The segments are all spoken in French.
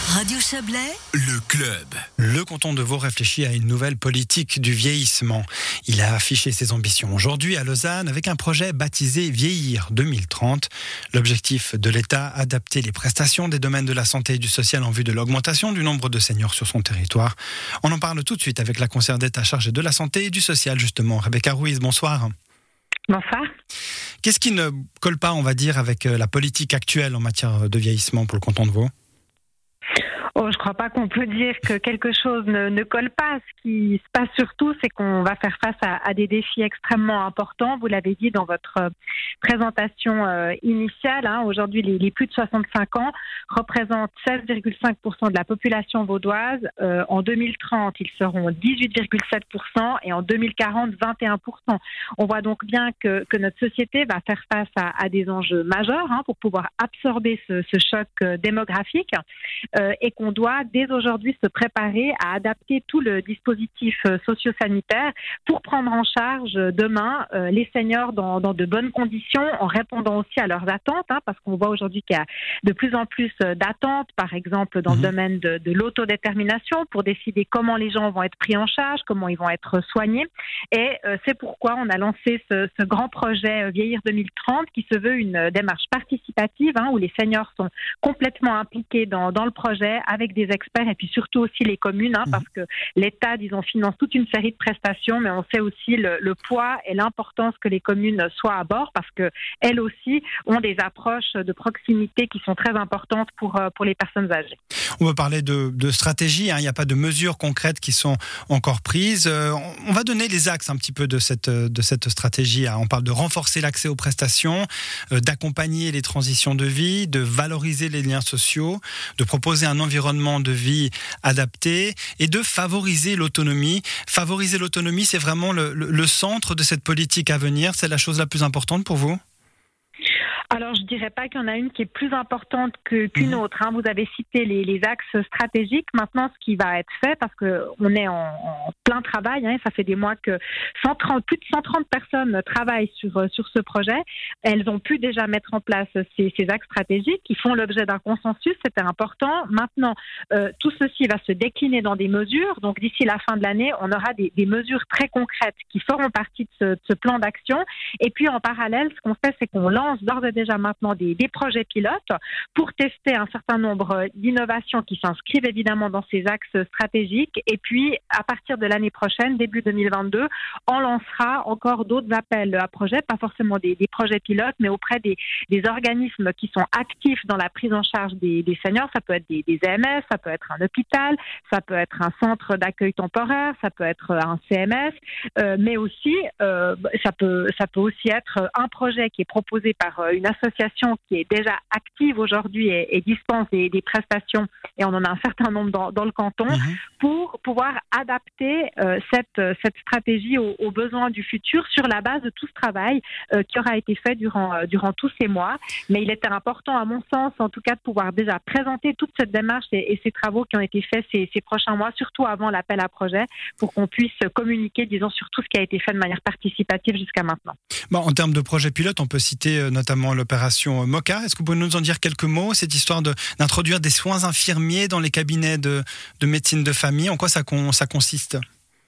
Radio Chablais, le club. Le canton de Vaud réfléchit à une nouvelle politique du vieillissement. Il a affiché ses ambitions aujourd'hui à Lausanne avec un projet baptisé Vieillir 2030. L'objectif de l'État, adapter les prestations des domaines de la santé et du social en vue de l'augmentation du nombre de seniors sur son territoire. On en parle tout de suite avec la conseillère d'État chargée de la santé et du social justement, Rebecca Ruiz. Bonsoir. Bonsoir. Qu'est-ce qui ne colle pas, on va dire, avec la politique actuelle en matière de vieillissement pour le canton de Vaud ? Je ne crois pas qu'on peut dire que quelque chose ne colle pas. Ce qui se passe surtout, c'est qu'on va faire face à des défis extrêmement importants. Vous l'avez dit dans votre présentation initiale. Aujourd'hui, les plus de 65 ans représentent 16,5% de la population vaudoise. En 2030, ils seront 18,7% et en 2040, 21%. On voit donc bien que notre société va faire face à des enjeux majeurs pour pouvoir absorber ce choc démographique et qu'on doit dès aujourd'hui se préparer à adapter tout le dispositif socio-sanitaire pour prendre en charge demain les seniors dans de bonnes conditions en répondant aussi à leurs attentes, parce qu'on voit aujourd'hui qu'il y a de plus en plus d'attentes, par exemple dans le domaine de l'autodétermination pour décider comment les gens vont être pris en charge, comment ils vont être soignés. Et c'est pourquoi on a lancé ce grand projet Vieillir 2030 qui se veut une démarche participative où les seniors sont complètement impliqués dans le projet avec des experts et puis surtout aussi les communes, parce que l'État, finance toute une série de prestations, mais on sait aussi le poids et l'importance que les communes soient à bord parce qu'elles aussi ont des approches de proximité qui sont très importantes pour les personnes âgées. On va parler de stratégie, il n'y a pas de mesures concrètes qui sont encore prises. On va donner les axes un petit peu de cette stratégie. On parle de renforcer l'accès aux prestations, d'accompagner les transitions de vie, de valoriser les liens sociaux, de proposer un environnement de vie adapté et de favoriser l'autonomie. Favoriser l'autonomie, c'est vraiment le centre de cette politique à venir. C'est la chose la plus importante pour vous ? Alors, je dirais pas qu'il y en a une qui est plus importante qu'une autre. Vous avez cité les axes stratégiques. Maintenant, ce qui va être fait, parce qu'on est en plein travail, ça fait des mois que plus de 130 personnes travaillent sur ce projet. Elles ont pu déjà mettre en place ces axes stratégiques qui font l'objet d'un consensus. C'était important. Maintenant, tout ceci va se décliner dans des mesures. Donc, d'ici la fin de l'année, on aura des mesures très concrètes qui feront partie de ce plan d'action. Et puis, en parallèle, ce qu'on fait, c'est qu'on lance d'ores et déjà maintenant des projets pilotes pour tester un certain nombre d'innovations qui s'inscrivent évidemment dans ces axes stratégiques. Et puis, à partir de l'année prochaine, début 2022, on lancera encore d'autres appels à projets, pas forcément des projets pilotes, mais auprès des organismes qui sont actifs dans la prise en charge des seniors. Ça peut être des EMS, ça peut être un hôpital, ça peut être un centre d'accueil temporaire, ça peut être un CMS, mais aussi, ça peut aussi être un projet qui est proposé par une association qui est déjà active aujourd'hui et dispense des prestations, et on en a un certain nombre dans le canton, pour pouvoir adapter cette stratégie aux besoins du futur sur la base de tout ce travail qui aura été fait durant tous ces mois. Mais il était important, à mon sens, en tout cas, de pouvoir déjà présenter toute cette démarche et ces travaux qui ont été faits ces prochains mois, surtout avant l'appel à projet, pour qu'on puisse communiquer, sur tout ce qui a été fait de manière participative jusqu'à maintenant. En termes de projet pilote, on peut citer notamment l'opération MOCA. Est-ce que vous pouvez nous en dire quelques mots, cette histoire d'introduire des soins infirmiers dans les cabinets de médecine de famille? En quoi ça consiste ?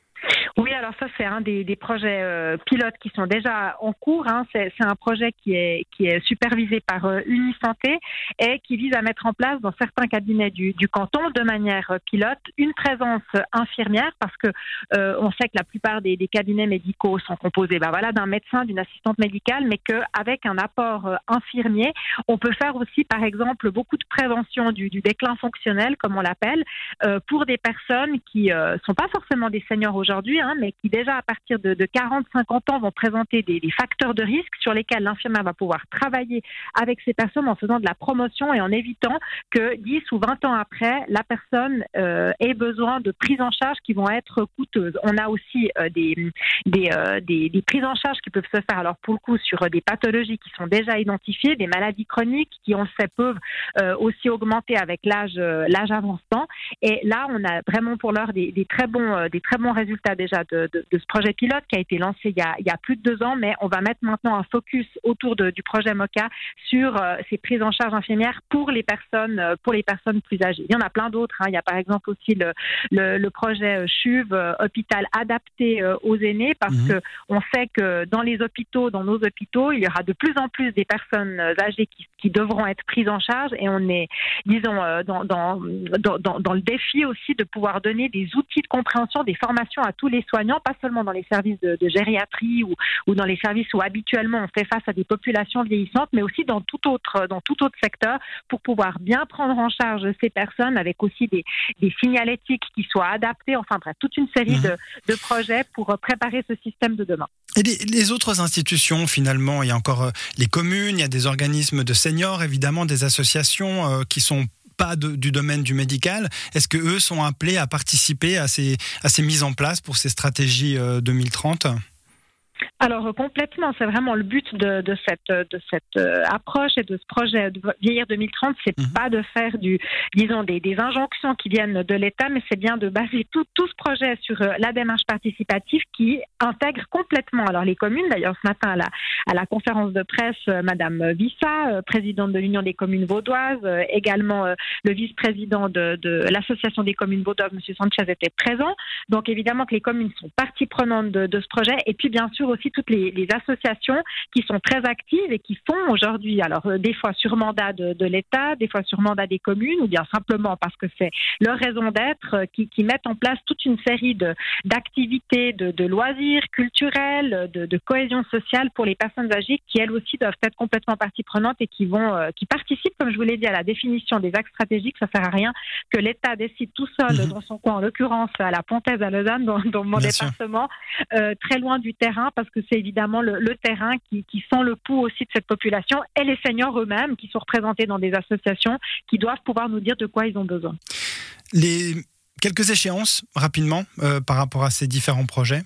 Oui, alors ça, c'est un des projets pilotes qui sont déjà en cours. C'est un projet qui est supervisé par Unisanté et qui vise à mettre en place dans certains cabinets du canton, de manière pilote, une présence infirmière, parce que on sait que la plupart des cabinets médicaux sont composés d'un médecin, d'une assistante médicale, mais qu'avec un apport infirmier, on peut faire aussi, par exemple, beaucoup de prévention du déclin fonctionnel, comme on l'appelle, pour des personnes qui sont pas forcément des seniors aujourd'hui, mais qui déjà à partir de 40-50 ans vont présenter des facteurs de risque sur lesquels l'infirmière va pouvoir travailler avec ces personnes en faisant de la promotion et en évitant que 10 ou 20 ans après, la personne ait besoin de prises en charge qui vont être coûteuses. On a aussi des prises en charge qui peuvent se faire, alors pour le coup, sur des pathologies qui sont déjà identifiées, des maladies chroniques qui, on le sait, peuvent aussi augmenter avec l'âge avançant. Et là, on a vraiment pour l'heure des très bons résultats déjà de ce projet pilote qui a été lancé il y a plus de 2 ans, mais on va mettre maintenant un focus autour du projet MOCA sur ces prises en charge infirmières pour les personnes plus âgées. Il y en a plein d'autres. Il y a par exemple aussi le projet CHUV, hôpital adapté aux aînés, parce que on sait que dans nos hôpitaux, il y aura de plus en plus des personnes âgées qui devront être prises en charge, et on est, disons, dans le défi aussi de pouvoir donner des outils de compréhension, des formations à tous les soignants, pas seulement dans les services de gériatrie ou dans les services où habituellement on fait face à des populations vieillissantes, mais aussi dans tout autre secteur, pour pouvoir bien prendre en charge ces personnes, avec aussi des signalétiques qui soient adaptés, enfin bref, toute une série de projets pour préparer ce système de demain. Et les autres institutions, finalement, il y a encore les communes, il y a des organismes de seniors, évidemment, des associations qui sont pas du domaine du médical. Est-ce que eux sont appelés à participer à ces mises en place pour ces stratégies 2030 ? Alors complètement, c'est vraiment le but de cette approche et de ce projet de Vieillir 2030, c'est pas de faire des injonctions qui viennent de l'État, mais c'est bien de baser tout ce projet sur la démarche participative qui intègre complètement. Alors les communes, d'ailleurs ce matin à la conférence de presse, Madame Vissa, présidente de l'Union des communes vaudoises, également le vice-président de l'Association des communes vaudoises, Monsieur Sanchez, était présent. Donc évidemment que les communes sont partie prenante de ce projet, et puis bien sûr aussi toutes les associations qui sont très actives et qui font aujourd'hui, alors des fois sur mandat de l'État, des fois sur mandat des communes, ou bien simplement parce que c'est leur raison d'être, qui mettent en place toute une série d'activités, de loisirs culturels, de cohésion sociale pour les personnes âgées, qui elles aussi doivent être complètement partie prenante et qui participent, comme je vous l'ai dit, à la définition des axes stratégiques. Ça sert à rien que l'État décide tout seul dans son coin, en l'occurrence à la Pontaise à Lausanne, dans mon département, très loin du terrain, parce que c'est évidemment le terrain qui sent le pouls aussi de cette population, et les seniors eux-mêmes qui sont représentés dans des associations qui doivent pouvoir nous dire de quoi ils ont besoin. Quelques échéances rapidement par rapport à ces différents projets.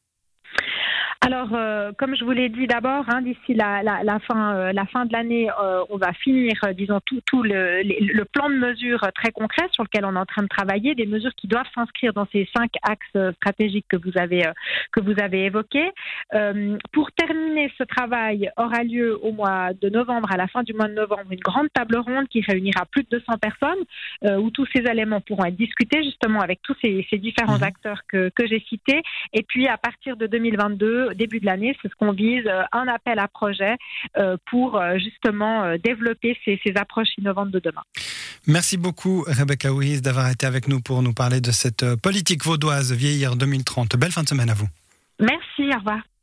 Alors, comme je vous l'ai dit d'abord, d'ici la fin de l'année, on va finir, disons, tout le plan de mesures très concret sur lequel on est en train de travailler, des mesures qui doivent s'inscrire dans ces 5 axes stratégiques que vous avez évoqués. Pour terminer, ce travail aura lieu au mois de novembre, à la fin du mois de novembre, une grande table ronde qui réunira plus de 200 personnes, où tous ces éléments pourront être discutés justement avec tous ces différents acteurs que j'ai cités. Et puis, à partir de 2022, début de l'année, c'est ce qu'on vise, un appel à projet pour justement développer ces approches innovantes de demain. Merci beaucoup Rebecca Wies d'avoir été avec nous pour nous parler de cette politique vaudoise Vieillir 2030. Belle fin de semaine à vous. Merci, au revoir.